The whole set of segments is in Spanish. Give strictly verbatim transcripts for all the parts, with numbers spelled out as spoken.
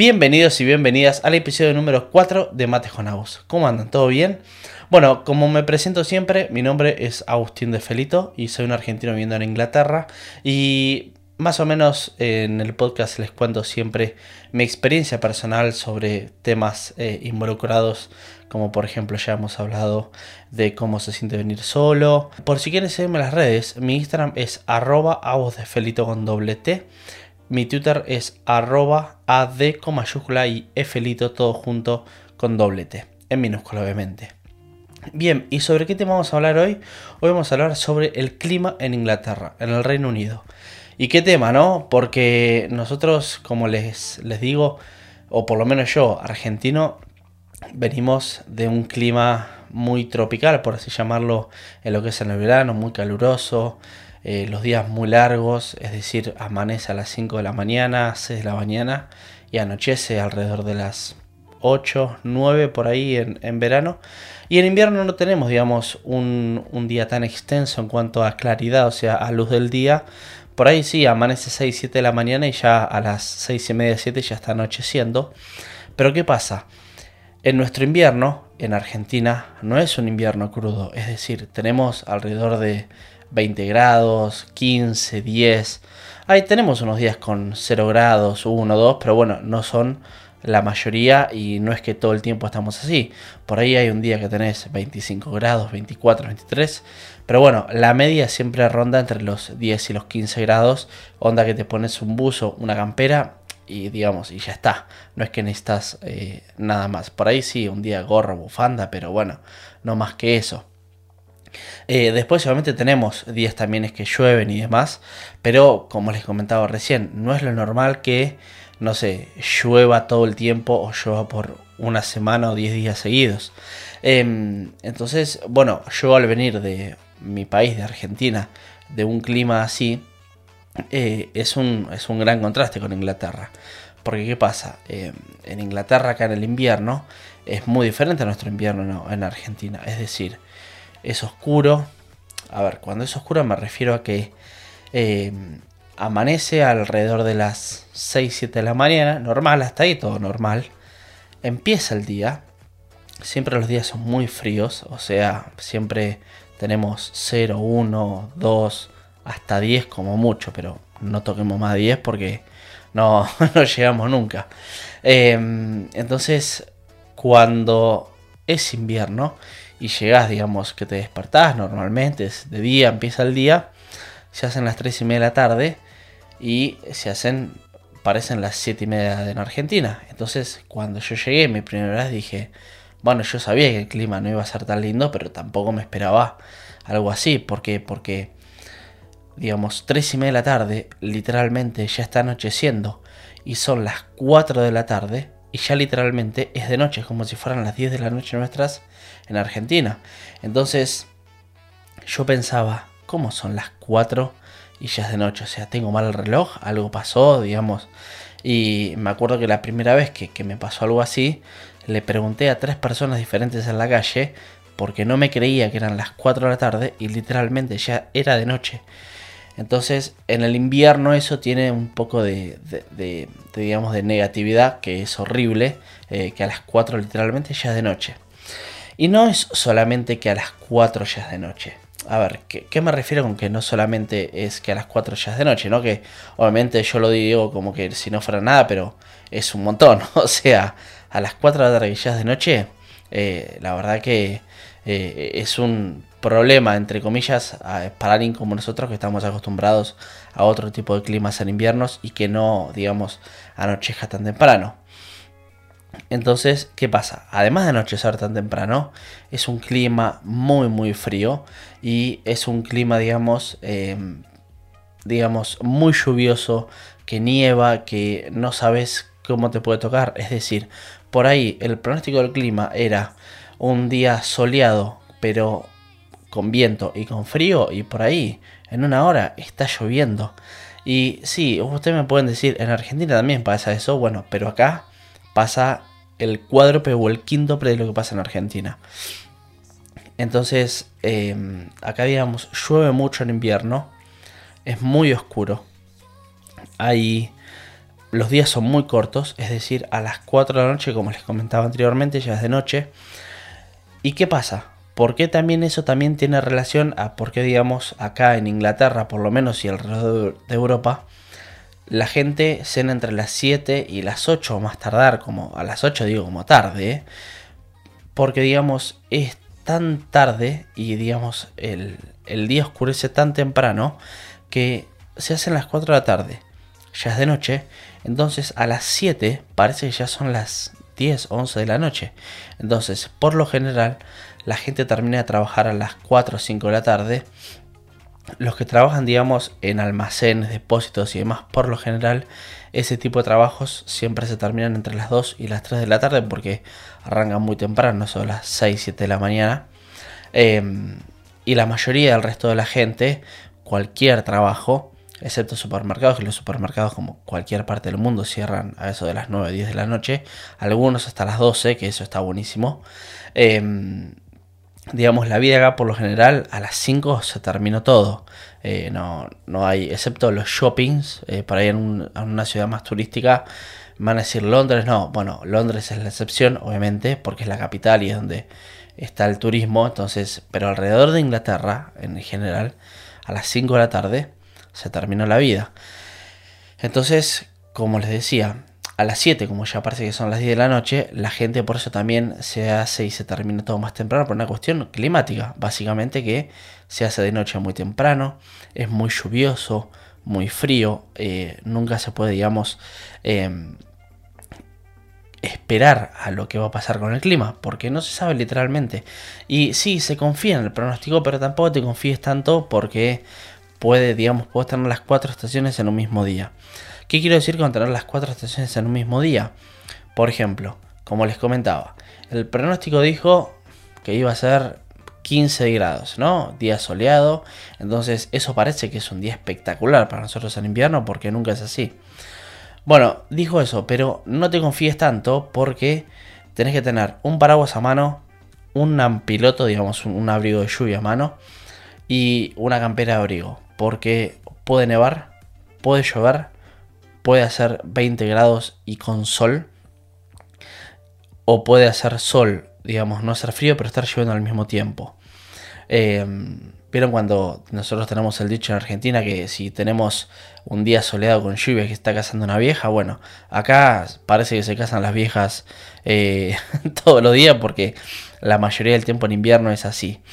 Bienvenidos y bienvenidas al episodio número cuatro de Mates con Agus. ¿Cómo andan? ¿Todo bien? Bueno, como me presento siempre, mi nombre es Agustín de Felito y soy un argentino viviendo en Inglaterra. Y más o menos en el podcast les cuento siempre mi experiencia personal sobre temas eh, involucrados, como por ejemplo ya hemos hablado de cómo se siente venir solo. Por si quieren seguirme en las redes, mi Instagram es arroba agusdefelito con doble T. Mi Twitter es arroba ad con mayúscula y efelito todo junto con doble T, en minúscula obviamente. Bien, ¿y sobre qué tema vamos a hablar hoy? Hoy vamos a hablar sobre el clima en Inglaterra, en el Reino Unido. ¿Y qué tema, no? Porque nosotros, como les, les digo, o por lo menos yo, argentino, venimos de un clima muy tropical, por así llamarlo, en lo que es en el verano, muy caluroso. Eh, los días muy largos, es decir, amanece a las cinco de la mañana, seis de la mañana y anochece alrededor de las ocho, nueve por ahí en, en verano. Y en invierno no tenemos, digamos, un, un día tan extenso en cuanto a claridad, o sea, a luz del día. Por ahí sí, amanece seis, siete de la mañana y ya a las seis y media, siete ya está anocheciendo. Pero ¿qué pasa? En nuestro invierno, en Argentina, no es un invierno crudo, es decir, tenemos alrededor de veinte grados, quince, diez. Ahí tenemos unos días con cero grados, uno, dos, pero bueno, no son la mayoría y no es que todo el tiempo estamos así. Por ahí hay un día que tenés veinticinco grados, veinticuatro, veintitrés. Pero bueno, la media siempre ronda entre los diez y los quince grados. Onda que te pones un buzo, una campera y digamos, y ya está. No es que necesitas eh, nada más. Por ahí sí, un día gorro, bufanda, pero bueno, no más que eso. Eh, después obviamente tenemos días también es que llueven y demás, pero como les comentaba recién, no es lo normal que, no sé, llueva todo el tiempo o llueva por una semana o diez días seguidos. Eh, entonces, bueno, yo al venir de mi país, de Argentina, de un clima así, eh, es, un, es un gran contraste con Inglaterra. Porque ¿qué pasa? Eh, en Inglaterra acá en el invierno es muy diferente a nuestro invierno no, en Argentina, es decir, es oscuro. A ver, cuando es oscuro me refiero a que eh, amanece alrededor de las seis, siete de la mañana, normal, hasta ahí todo normal. Empieza el día, siempre los días son muy fríos, o sea, siempre tenemos cero, uno, dos, hasta diez como mucho, pero no toquemos más diez porque no, no llegamos nunca. Eh, entonces, cuando es invierno y llegás, digamos, que te despertás normalmente, es de día, empieza el día, se hacen las tres y media de la tarde y se hacen, parecen las siete y media en Argentina. Entonces, cuando yo llegué mi primera vez dije, bueno, yo sabía que el clima no iba a ser tan lindo, pero tampoco me esperaba algo así. ¿Por qué? Porque, digamos, tres y media de la tarde, literalmente ya está anocheciendo y son las cuatro de la tarde y ya literalmente es de noche, es como si fueran las diez de la noche nuestras en Argentina. Entonces yo pensaba, ¿cómo son las cuatro y ya es de noche? O sea, tengo mal el reloj, algo pasó, digamos. Y me acuerdo que la primera vez que, que me pasó algo así, le pregunté a tres personas diferentes en la calle porque no me creía que eran las cuatro de la tarde y literalmente ya era de noche. Entonces, en el invierno eso tiene un poco de, de, de, de digamos, de negatividad, que es horrible, eh, que a las cuatro literalmente ya es de noche. Y no es solamente que a las cuatro ya es de noche. A ver, ¿qué, qué me refiero con que no solamente es que a las cuatro ya es de noche? ¿No? Que obviamente yo lo digo como que si no fuera nada, pero es un montón. O sea, a las cuatro de la tarde ya es de noche, eh, la verdad que eh, es un problema, entre comillas, para alguien como nosotros que estamos acostumbrados a otro tipo de climas en inviernos y que no, digamos, anocheja tan temprano. Entonces, ¿qué pasa? Además de anochecer tan temprano, es un clima muy muy frío y es un clima, digamos, eh, digamos, muy lluvioso, que nieva, que no sabes cómo te puede tocar. Es decir, por ahí el pronóstico del clima era un día soleado, pero con viento y con frío, y por ahí en una hora está lloviendo. Y sí, ustedes me pueden decir, en Argentina también pasa eso, bueno, pero acá pasa el cuádruple o el quíntuple de lo que pasa en Argentina. Entonces, eh, acá digamos, llueve mucho en invierno, es muy oscuro, hay los días son muy cortos, es decir, a las cuatro de la noche, como les comentaba anteriormente, ya es de noche. ¿Y qué pasa? ¿Por qué también eso también tiene relación a por qué, digamos, acá en Inglaterra, por lo menos, y alrededor de Europa, la gente cena entre las siete y las ocho, o más tardar, como a las ocho digo como tarde, ¿eh? Porque, digamos, es tan tarde y, digamos, el, el día oscurece tan temprano que se hacen las cuatro de la tarde, ya es de noche, entonces a las siete parece que ya son las diez o once de la noche. Entonces, por lo general, la gente termina de trabajar a las cuatro o cinco de la tarde. Los que trabajan, digamos, en almacenes, depósitos y demás, por lo general, ese tipo de trabajos siempre se terminan entre las dos y las tres de la tarde porque arrancan muy temprano, son las seis, siete de la mañana. Eh, y la mayoría del resto de la gente, cualquier trabajo, excepto supermercados, que los supermercados, como cualquier parte del mundo, cierran a eso de las nueve o diez de la noche, algunos hasta las doce, que eso está buenísimo. Eh, digamos, la vida acá por lo general a las cinco se terminó todo. Eh, no, no hay, excepto los shoppings, eh, por ahí en, un, en una ciudad más turística, van a decir Londres, no, bueno, Londres es la excepción, obviamente, porque es la capital y es donde está el turismo, entonces, pero alrededor de Inglaterra, en general, a las cinco de la tarde se terminó la vida. Entonces, como les decía, a las siete, como ya parece que son las diez de la noche, la gente por eso también se hace y se termina todo más temprano por una cuestión climática, básicamente, que se hace de noche muy temprano, es muy lluvioso, muy frío, eh, nunca se puede, digamos, eh, esperar a lo que va a pasar con el clima, porque no se sabe literalmente. Y sí, se confía en el pronóstico, pero tampoco te confíes tanto porque puede, digamos, puedes tener las cuatro estaciones en un mismo día. ¿Qué quiero decir con tener las cuatro estaciones en un mismo día? Por ejemplo, como les comentaba, el pronóstico dijo que iba a ser quince grados, ¿no? Día soleado, entonces eso parece que es un día espectacular para nosotros en invierno porque nunca es así. Bueno, dijo eso, pero no te confíes tanto porque tenés que tener un paraguas a mano, un piloto, digamos, un, un abrigo de lluvia a mano y una campera de abrigo, porque puede nevar, puede llover, puede hacer veinte grados y con sol, o puede hacer sol, digamos, no hacer frío, pero estar lloviendo al mismo tiempo. Eh, ¿Vieron cuando nosotros tenemos el dicho en Argentina que si tenemos un día soleado con lluvia que está casando una vieja? Bueno, acá parece que se casan las viejas eh, todos los días porque la mayoría del tiempo en invierno es así.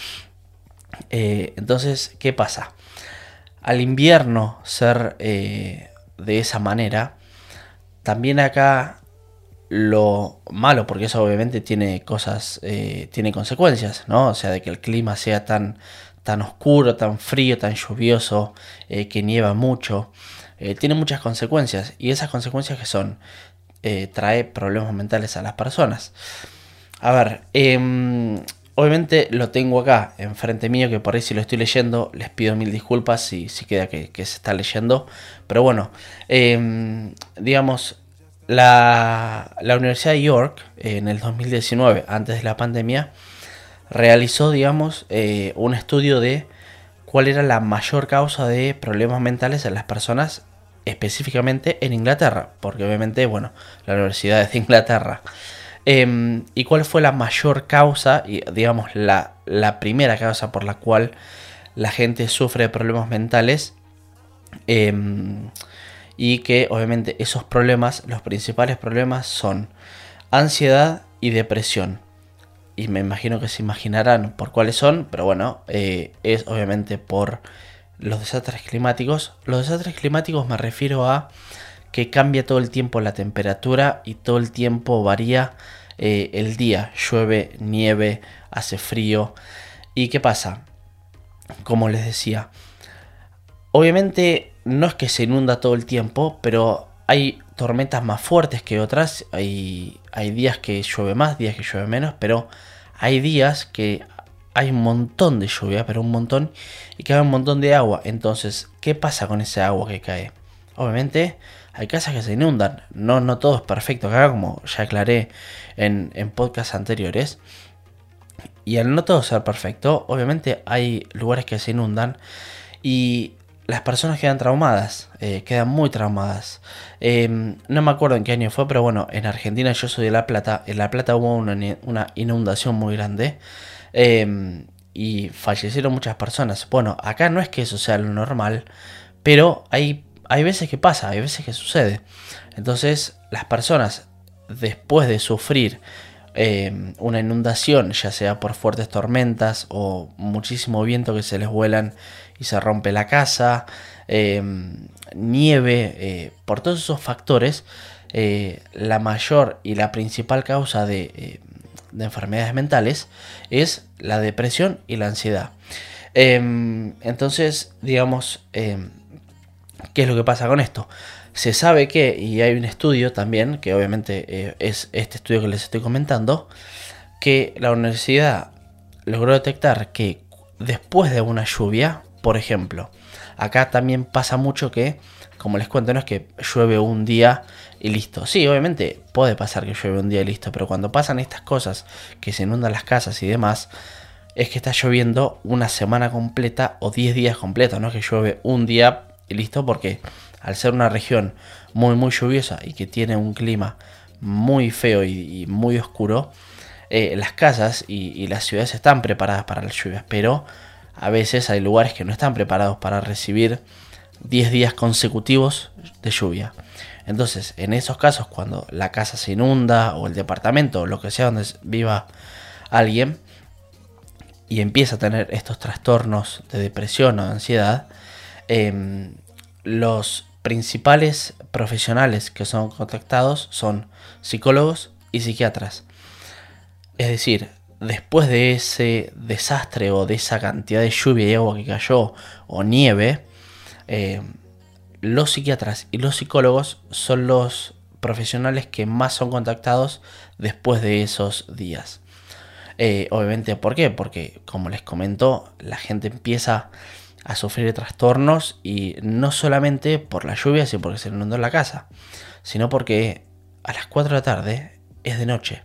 Eh, entonces, ¿qué pasa? Al invierno ser eh, de esa manera, también acá lo malo, porque eso obviamente tiene cosas, eh, tiene consecuencias, ¿no? O sea, de que el clima sea tan, tan oscuro, tan frío, tan lluvioso, eh, que nieva mucho, eh, tiene muchas consecuencias. Y esas consecuencias que son, eh, trae problemas mentales a las personas. A ver, eh, obviamente lo tengo acá, enfrente mío, que por ahí si lo estoy leyendo, les pido mil disculpas si, si queda que, que se está leyendo. Pero bueno, eh, digamos... La, la Universidad de York, eh, en el dos mil diecinueve, antes de la pandemia, realizó, digamos, eh, un estudio de cuál era la mayor causa de problemas mentales en las personas, específicamente en Inglaterra, porque obviamente, bueno, la universidad es de Inglaterra. Eh, y cuál fue la mayor causa, y digamos, la, la primera causa por la cual la gente sufre de problemas mentales. Eh, Y que obviamente esos problemas, los principales problemas son ansiedad y depresión. Y me imagino que se imaginarán por cuáles son, pero bueno, eh, es obviamente por los desastres climáticos. Los desastres climáticos me refiero a que cambia todo el tiempo la temperatura y todo el tiempo varía eh, el día. Llueve, nieve, hace frío. ¿Y qué pasa? Como les decía, obviamente no es que se inunda todo el tiempo, pero hay tormentas más fuertes que otras. Hay, hay días que llueve más, días que llueve menos, pero hay días que hay un montón de lluvia, pero un montón, y cae un montón de agua. Entonces, ¿qué pasa con ese agua que cae? Obviamente hay casas que se inundan. No, no todo es perfecto acá, como ya aclaré en, en podcasts anteriores. Y al no todo ser perfecto, obviamente hay lugares que se inundan. Y las personas quedan traumadas, eh, quedan muy traumadas. Eh, no me acuerdo en qué año fue, pero bueno, en Argentina, yo soy de La Plata, en La Plata hubo una, una inundación muy grande eh, y fallecieron muchas personas. Bueno, acá no es que eso sea lo normal, pero hay, hay veces que pasa, hay veces que sucede. Entonces, las personas, después de sufrir eh, una inundación, ya sea por fuertes tormentas o muchísimo viento que se les vuelan y se rompe la casa, eh, nieve, eh, por todos esos factores, eh, la mayor y la principal causa de, eh, de enfermedades mentales es la depresión y la ansiedad. Eh, entonces, digamos, eh, ¿qué es lo que pasa con esto? Se sabe que, y hay un estudio también, que obviamente eh, es este estudio que les estoy comentando, que la universidad logró detectar que después de una lluvia, por ejemplo, acá también pasa mucho que, como les cuento, no es que llueve un día y listo. Sí, obviamente puede pasar que llueve un día y listo, pero cuando pasan estas cosas, que se inundan las casas y demás, es que está lloviendo una semana completa o diez días completos, no es que llueve un día y listo, porque al ser una región muy muy lluviosa y que tiene un clima muy feo y, y muy oscuro, eh, las casas y, y las ciudades están preparadas para las lluvias, pero a veces hay lugares que no están preparados para recibir diez días consecutivos de lluvia. Entonces, en esos casos, cuando la casa se inunda o el departamento o lo que sea donde viva alguien y empieza a tener estos trastornos de depresión o de ansiedad, eh, los principales profesionales que son contactados son psicólogos y psiquiatras. Es decir, después de ese desastre o de esa cantidad de lluvia y agua que cayó o nieve, eh, los psiquiatras y los psicólogos son los profesionales que más son contactados después de esos días. Eh, obviamente, ¿por qué? Porque, como les comento, la gente empieza a sufrir trastornos y no solamente por la lluvia, sino porque se inundó la casa, sino porque a las cuatro de la tarde es de noche.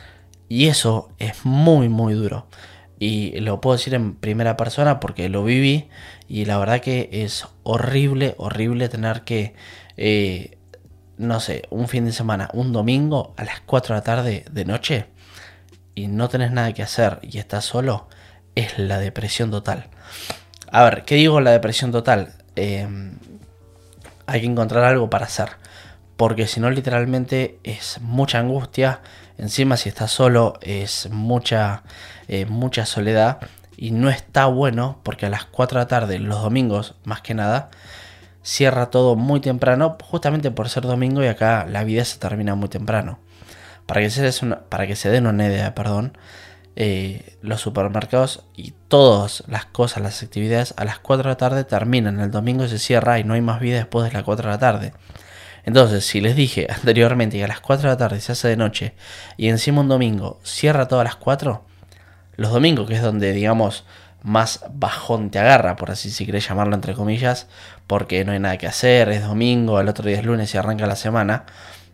Y eso es muy muy duro. Y lo puedo decir en primera persona porque lo viví. Y la verdad que es horrible, horrible tener que, eh, no sé, un fin de semana, un domingo a las cuatro de la tarde de noche y no tenés nada que hacer y estás solo. Es la depresión total. A ver, ¿qué digo la depresión total? Eh, hay que encontrar algo para hacer. Porque si no, literalmente es mucha angustia. Encima, si estás solo, es mucha, eh, mucha soledad. Y no está bueno porque a las cuatro de la tarde, los domingos, más que nada, cierra todo muy temprano. Justamente por ser domingo y acá la vida se termina muy temprano. Para que se, des una, para que se den una idea, perdón. Eh, los supermercados y todas las cosas, las actividades a las cuatro de la tarde terminan. El domingo se cierra y no hay más vida después de las cuatro de la tarde. Entonces, si les dije anteriormente que a las cuatro de la tarde se hace de noche y encima un domingo cierra todas las cuatro, los domingos, que es donde, digamos, más bajón te agarra, por así si querés llamarlo entre comillas, porque no hay nada que hacer, es domingo, el otro día es lunes y arranca la semana,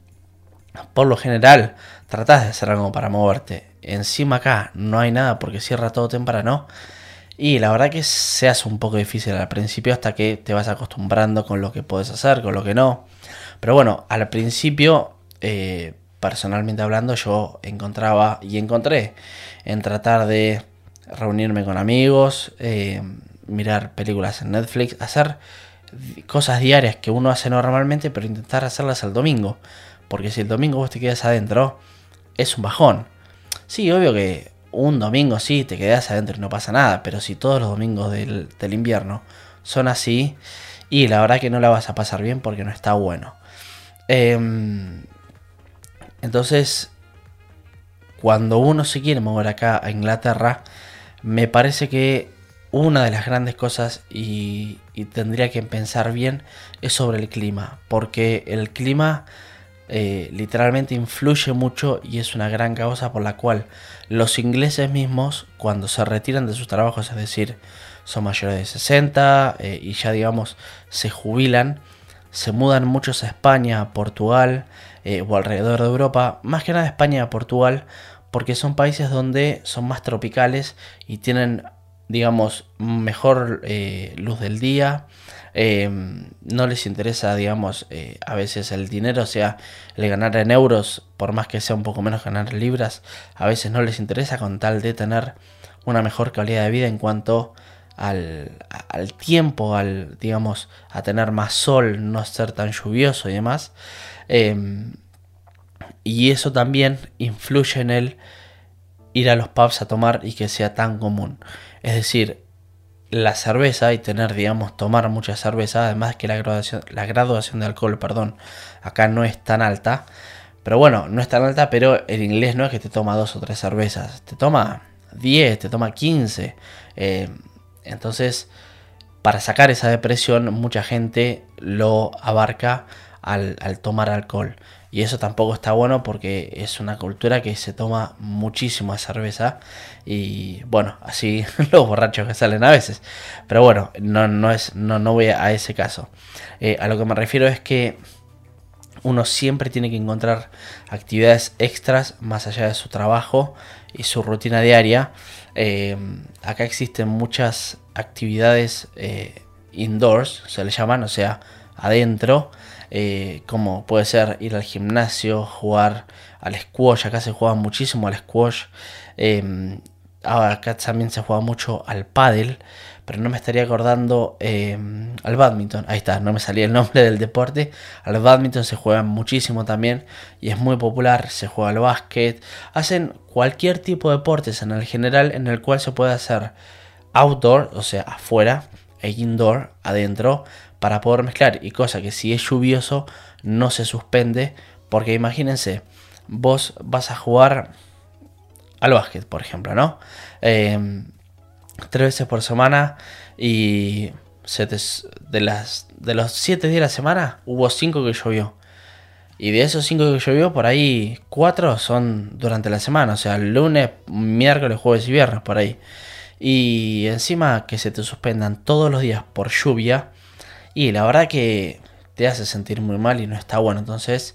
por lo general tratás de hacer algo para moverte. Encima acá no hay nada porque cierra todo temprano. Y la verdad que se hace un poco difícil al principio hasta que te vas acostumbrando con lo que puedes hacer, con lo que no. Pero bueno, al principio, eh, personalmente hablando, yo encontraba y encontré en tratar de reunirme con amigos, eh, mirar películas en Netflix, hacer cosas diarias que uno hace normalmente, pero intentar hacerlas el domingo. Porque si el domingo vos te quedas adentro, es un bajón. Sí, obvio que un domingo sí te quedas adentro y no pasa nada, pero si todos los domingos del, del invierno son así, y la verdad que no la vas a pasar bien porque no está bueno. Eh, entonces, cuando uno se quiere mover acá a Inglaterra, me parece que una de las grandes cosas, y, y tendría que pensar bien, es sobre el clima, porque el clima Eh, literalmente influye mucho y es una gran causa por la cual los ingleses mismos, cuando se retiran de sus trabajos, es decir, son mayores de sesenta eh, y ya digamos se jubilan, se mudan muchos a España, a Portugal eh, o alrededor de Europa, más que nada España y Portugal, porque son países donde son más tropicales y tienen digamos, mejor eh, luz del día. Eh, no les interesa, digamos, eh, a veces el dinero, o sea, el ganar en euros, por más que sea un poco menos ganar en libras, a veces no les interesa con tal de tener una mejor calidad de vida en cuanto al, al tiempo, al, digamos, a tener más sol, no ser tan lluvioso y demás. Eh, y eso también influye en el ir a los pubs a tomar y que sea tan común. Es decir, la cerveza y tener, digamos, tomar mucha cerveza, además que la graduación, la graduación de alcohol, perdón, acá no es tan alta. Pero bueno, no es tan alta, pero el inglés no es que te toma dos o tres cervezas, te toma diez, te toma quince. Eh, entonces, para sacar esa depresión, mucha gente lo abarca al, al tomar alcohol. Y eso tampoco está bueno porque es una cultura que se toma muchísimo de cerveza. Y bueno, así los borrachos que salen a veces. Pero bueno, no, no, es, no, no voy a ese caso. Eh, a lo que me refiero es que uno siempre tiene que encontrar actividades extras más allá de su trabajo y su rutina diaria. Eh, acá existen muchas actividades eh, indoors, se le llaman, o sea, adentro. Eh, como puede ser ir al gimnasio, jugar al squash. Acá se juega muchísimo al squash. Eh, acá también se juega mucho al pádel, pero no me estaría acordando eh, al badminton. Ahí está, no me salía el nombre del deporte. Al badminton se juega muchísimo también y es muy popular. Se juega al básquet. Hacen cualquier tipo de deportes en el general en el cual se puede hacer outdoor, o sea, afuera, e indoor, adentro, para poder mezclar. Y cosa que si es lluvioso no se suspende, porque imagínense, vos vas a jugar al básquet, por ejemplo, ¿no? Eh, tres veces por semana y se te, de, las, de los siete días de la semana hubo cinco que llovió. Y de esos cinco que llovió, por ahí cuatro son durante la semana, o sea, lunes, miércoles, jueves y viernes, por ahí. Y encima que se te suspendan todos los días por lluvia, y la verdad que te hace sentir muy mal y no está bueno. Entonces,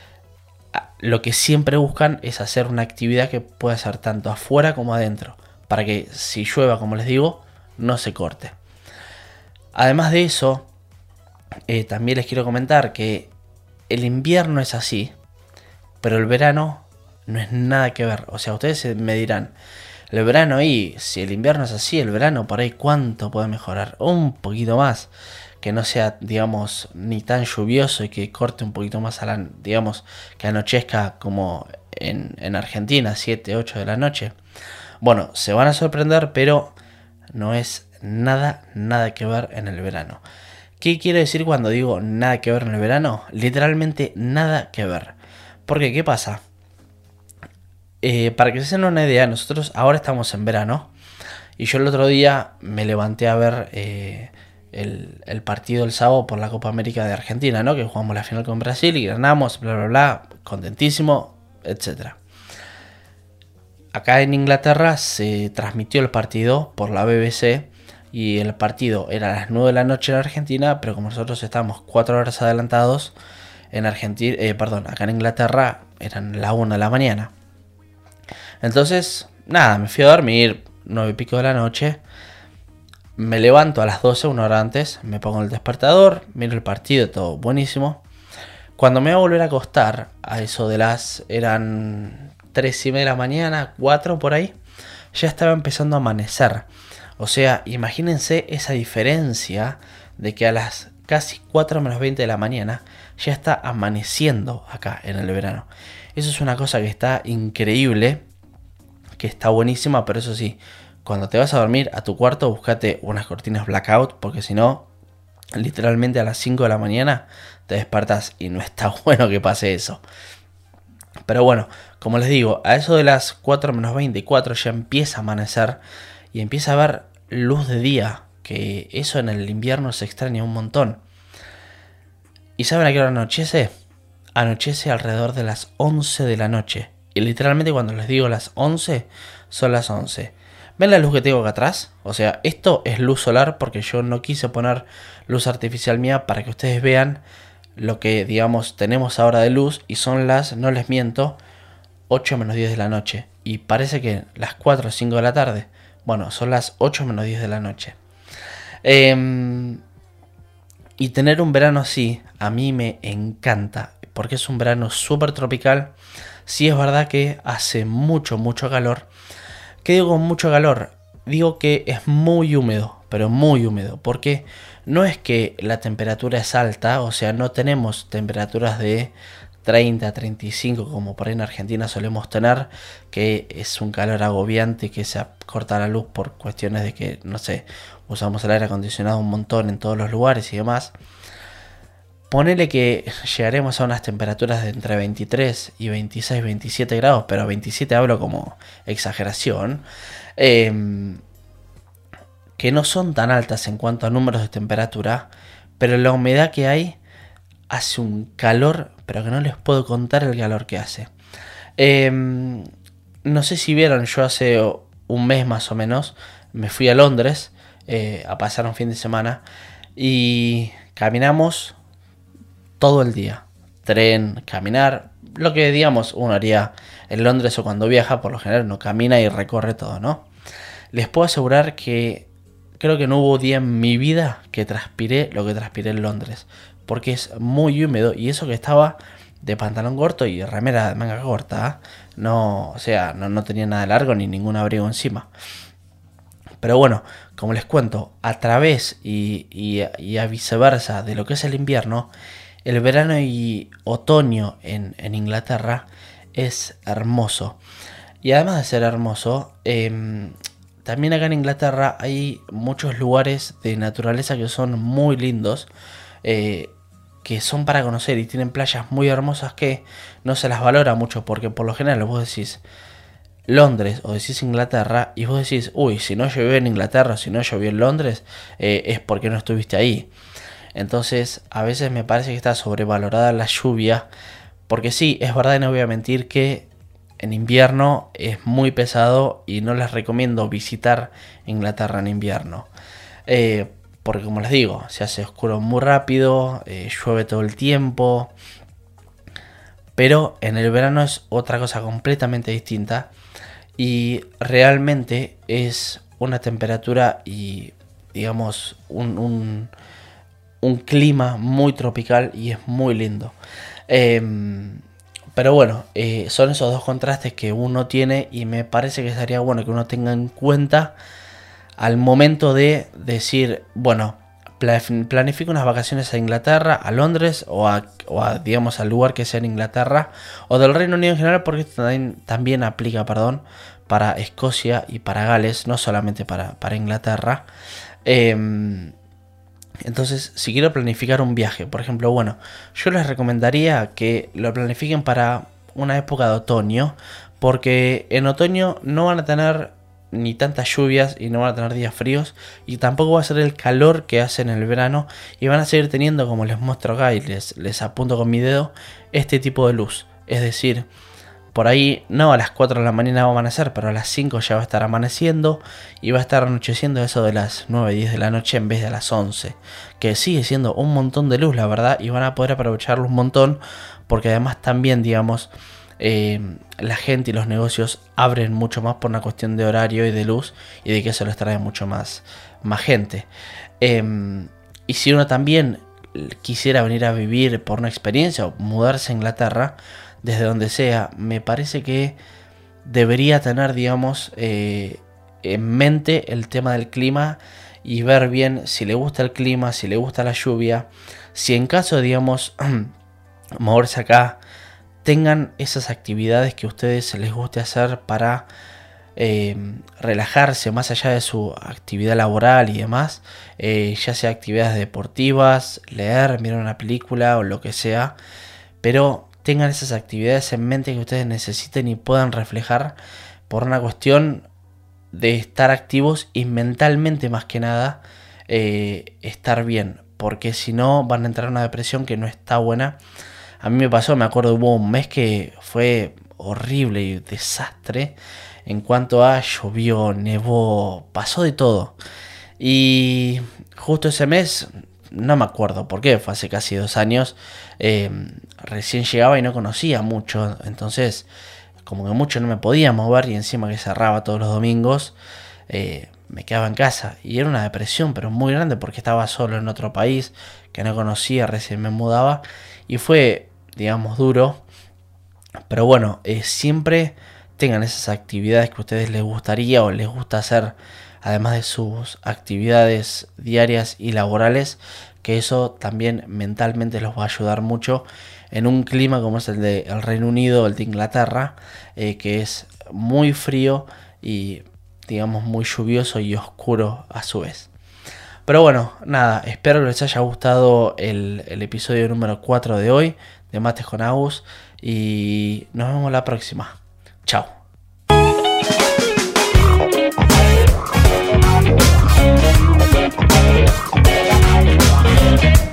lo que siempre buscan es hacer una actividad que pueda ser tanto afuera como adentro, para que si llueva, como les digo, no se corte. Además de eso, eh, también les quiero comentar que el invierno es así, pero el verano no es nada que ver. O sea, ustedes me dirán, el verano y si el invierno es así, el verano por ahí cuánto puede mejorar, un poquito más, que no sea, digamos, ni tan lluvioso y que corte un poquito más a la, digamos, que anochezca como en, en Argentina, siete, ocho de la noche. Bueno, se van a sorprender, pero no es nada, nada que ver en el verano. ¿Qué quiero decir cuando digo nada que ver en el verano? Literalmente nada que ver. Porque, ¿qué pasa? Eh, para que se den una idea, nosotros ahora estamos en verano. Y yo el otro día me levanté a ver eh, el, el partido el sábado por la Copa América de Argentina, ¿no? Que jugamos la final con Brasil y ganamos, bla, bla, bla, contentísimo, etcétera. Acá en Inglaterra se transmitió el partido por la B B C. Y el partido era a las nueve de la noche en Argentina, pero como nosotros estamos cuatro horas adelantados, en Argentina, eh, perdón, acá en Inglaterra eran la una de la mañana. Entonces, nada, me fui a dormir, nueve y pico de la noche. Me levanto a las doce, una hora antes, me pongo el despertador, miro el partido, todo buenísimo. Cuando me voy a volver a acostar, a eso de las, eran tres y media de la mañana, cuatro por ahí, ya estaba empezando a amanecer. O sea, imagínense esa diferencia de que a las casi cuatro menos veinte de la mañana ya está amaneciendo acá en el verano. Eso es una cosa que está increíble, que está buenísima, pero eso sí, cuando te vas a dormir a tu cuarto, búscate unas cortinas blackout, porque si no, literalmente a las cinco de la mañana te despertas y no está bueno que pase eso. Pero bueno, como les digo, a eso de las cuatro menos veinticuatro ya empieza a amanecer y empieza a haber luz de día, que eso en el invierno se extraña un montón. ¿Y saben a qué hora anochece? Anochece alrededor de las once de la noche. Y literalmente cuando les digo las once, son las once. ¿Ven la luz que tengo acá atrás? O sea, esto es luz solar porque yo no quise poner luz artificial mía para que ustedes vean lo que, digamos, tenemos ahora de luz. Y son las, no les miento, ocho menos diez de la noche. Y parece que las cuatro o cinco de la tarde. Bueno, son las ocho menos diez de la noche. Eh, y tener un verano así, a mí me encanta, porque es un verano súper tropical. Sí es verdad que hace mucho, mucho calor. ¿Qué digo con mucho calor? Digo que es muy húmedo, pero muy húmedo, porque no es que la temperatura es alta, o sea, no tenemos temperaturas de treinta, treinta y cinco como por ahí en Argentina solemos tener, que es un calor agobiante, que se corta la luz por cuestiones de que, no sé, usamos el aire acondicionado un montón en todos los lugares y demás. Ponele que llegaremos a unas temperaturas de entre veintitrés y veintiséis, veintisiete grados, pero veintisiete hablo como exageración, eh, que no son tan altas en cuanto a números de temperatura, pero la humedad que hay hace un calor, pero que no les puedo contar el calor que hace. Eh, no sé si vieron, yo hace un mes más o menos me fui a Londres eh, a pasar un fin de semana y caminamos todo el día. Tren, caminar, lo que digamos uno haría en Londres o cuando viaja, por lo general uno camina y recorre todo, ¿no? Les puedo asegurar que creo que no hubo día en mi vida que transpiré lo que transpiré en Londres, porque es muy húmedo y eso que estaba de pantalón corto y remera de manga corta, ¿eh? No, o sea, no, no tenía nada largo ni ningún abrigo encima. Pero bueno, como les cuento, a través y, y, y a viceversa de lo que es el invierno, el verano y otoño en, en Inglaterra es hermoso. Y además de ser hermoso, eh, también acá en Inglaterra hay muchos lugares de naturaleza que son muy lindos, eh, que son para conocer y tienen playas muy hermosas que no se las valora mucho, porque por lo general vos decís Londres o decís Inglaterra y vos decís, uy, si no llovió en Inglaterra, si no llovió en Londres, eh, es porque no estuviste ahí. Entonces a veces me parece que está sobrevalorada la lluvia, porque sí, es verdad y no voy a mentir que en invierno es muy pesado y no les recomiendo visitar Inglaterra en invierno. Eh, porque como les digo, se hace oscuro muy rápido, eh, llueve todo el tiempo. Pero en el verano es otra cosa completamente distinta. Y realmente es una temperatura y digamos un, un, un clima muy tropical y es muy lindo. Eh, pero bueno, eh, son esos dos contrastes que uno tiene y me parece que sería bueno que uno tenga en cuenta al momento de decir, bueno, planifico unas vacaciones a Inglaterra, a Londres o a, o a digamos al lugar que sea en Inglaterra o del Reino Unido en general, porque esto también, también aplica, perdón, para Escocia y para Gales, no solamente para, para Inglaterra. Eh, entonces, si quiero planificar un viaje, por ejemplo, bueno, yo les recomendaría que lo planifiquen para una época de otoño, porque en otoño no van a tener ni tantas lluvias y no van a tener días fríos y tampoco va a ser el calor que hace en el verano y van a seguir teniendo, como les muestro acá y les, les apunto con mi dedo, este tipo de luz. Es decir, por ahí no a las cuatro de la mañana va a amanecer, pero a las cinco ya va a estar amaneciendo y va a estar anocheciendo eso de las nueve, diez de la noche en vez de a las once, que sigue siendo un montón de luz, la verdad, y van a poder aprovecharlo un montón porque además también, digamos, Eh, la gente y los negocios abren mucho más por una cuestión de horario y de luz y de que eso les trae mucho más, más gente. Eh, y si uno también quisiera venir a vivir por una experiencia o mudarse a Inglaterra, desde donde sea, me parece que debería tener, digamos, eh, en mente el tema del clima y ver bien si le gusta el clima, si le gusta la lluvia, si en caso de, digamos, moverse acá, tengan esas actividades que a ustedes les guste hacer para eh, relajarse más allá de su actividad laboral y demás, eh, ya sea actividades deportivas, leer, mirar una película o lo que sea, pero tengan esas actividades en mente que ustedes necesiten y puedan reflejar por una cuestión de estar activos y mentalmente más que nada eh, estar bien, porque si no van a entrar en una depresión que no está buena. A mí me pasó, me acuerdo, hubo un mes que fue horrible y desastre en cuanto a llovió, nevó, pasó de todo. Y justo ese mes, no me acuerdo por qué, fue hace casi dos años, eh, recién llegaba y no conocía mucho, entonces como que mucho no me podía mover y encima que cerraba todos los domingos, eh, me quedaba en casa. Y era una depresión, pero muy grande, porque estaba solo en otro país que no conocía, recién me mudaba. Y fue, digamos, duro. Pero bueno, eh, siempre tengan esas actividades que a ustedes les gustaría o les gusta hacer, además de sus actividades diarias y laborales, que eso también mentalmente los va a ayudar mucho en un clima como es el de el Reino Unido o el de Inglaterra, eh, que es muy frío y digamos muy lluvioso y oscuro a su vez. Pero bueno, nada, espero que les haya gustado el, el episodio número cuatro de hoy de Mates con Agus y nos vemos la próxima. Chao. We'll be right back.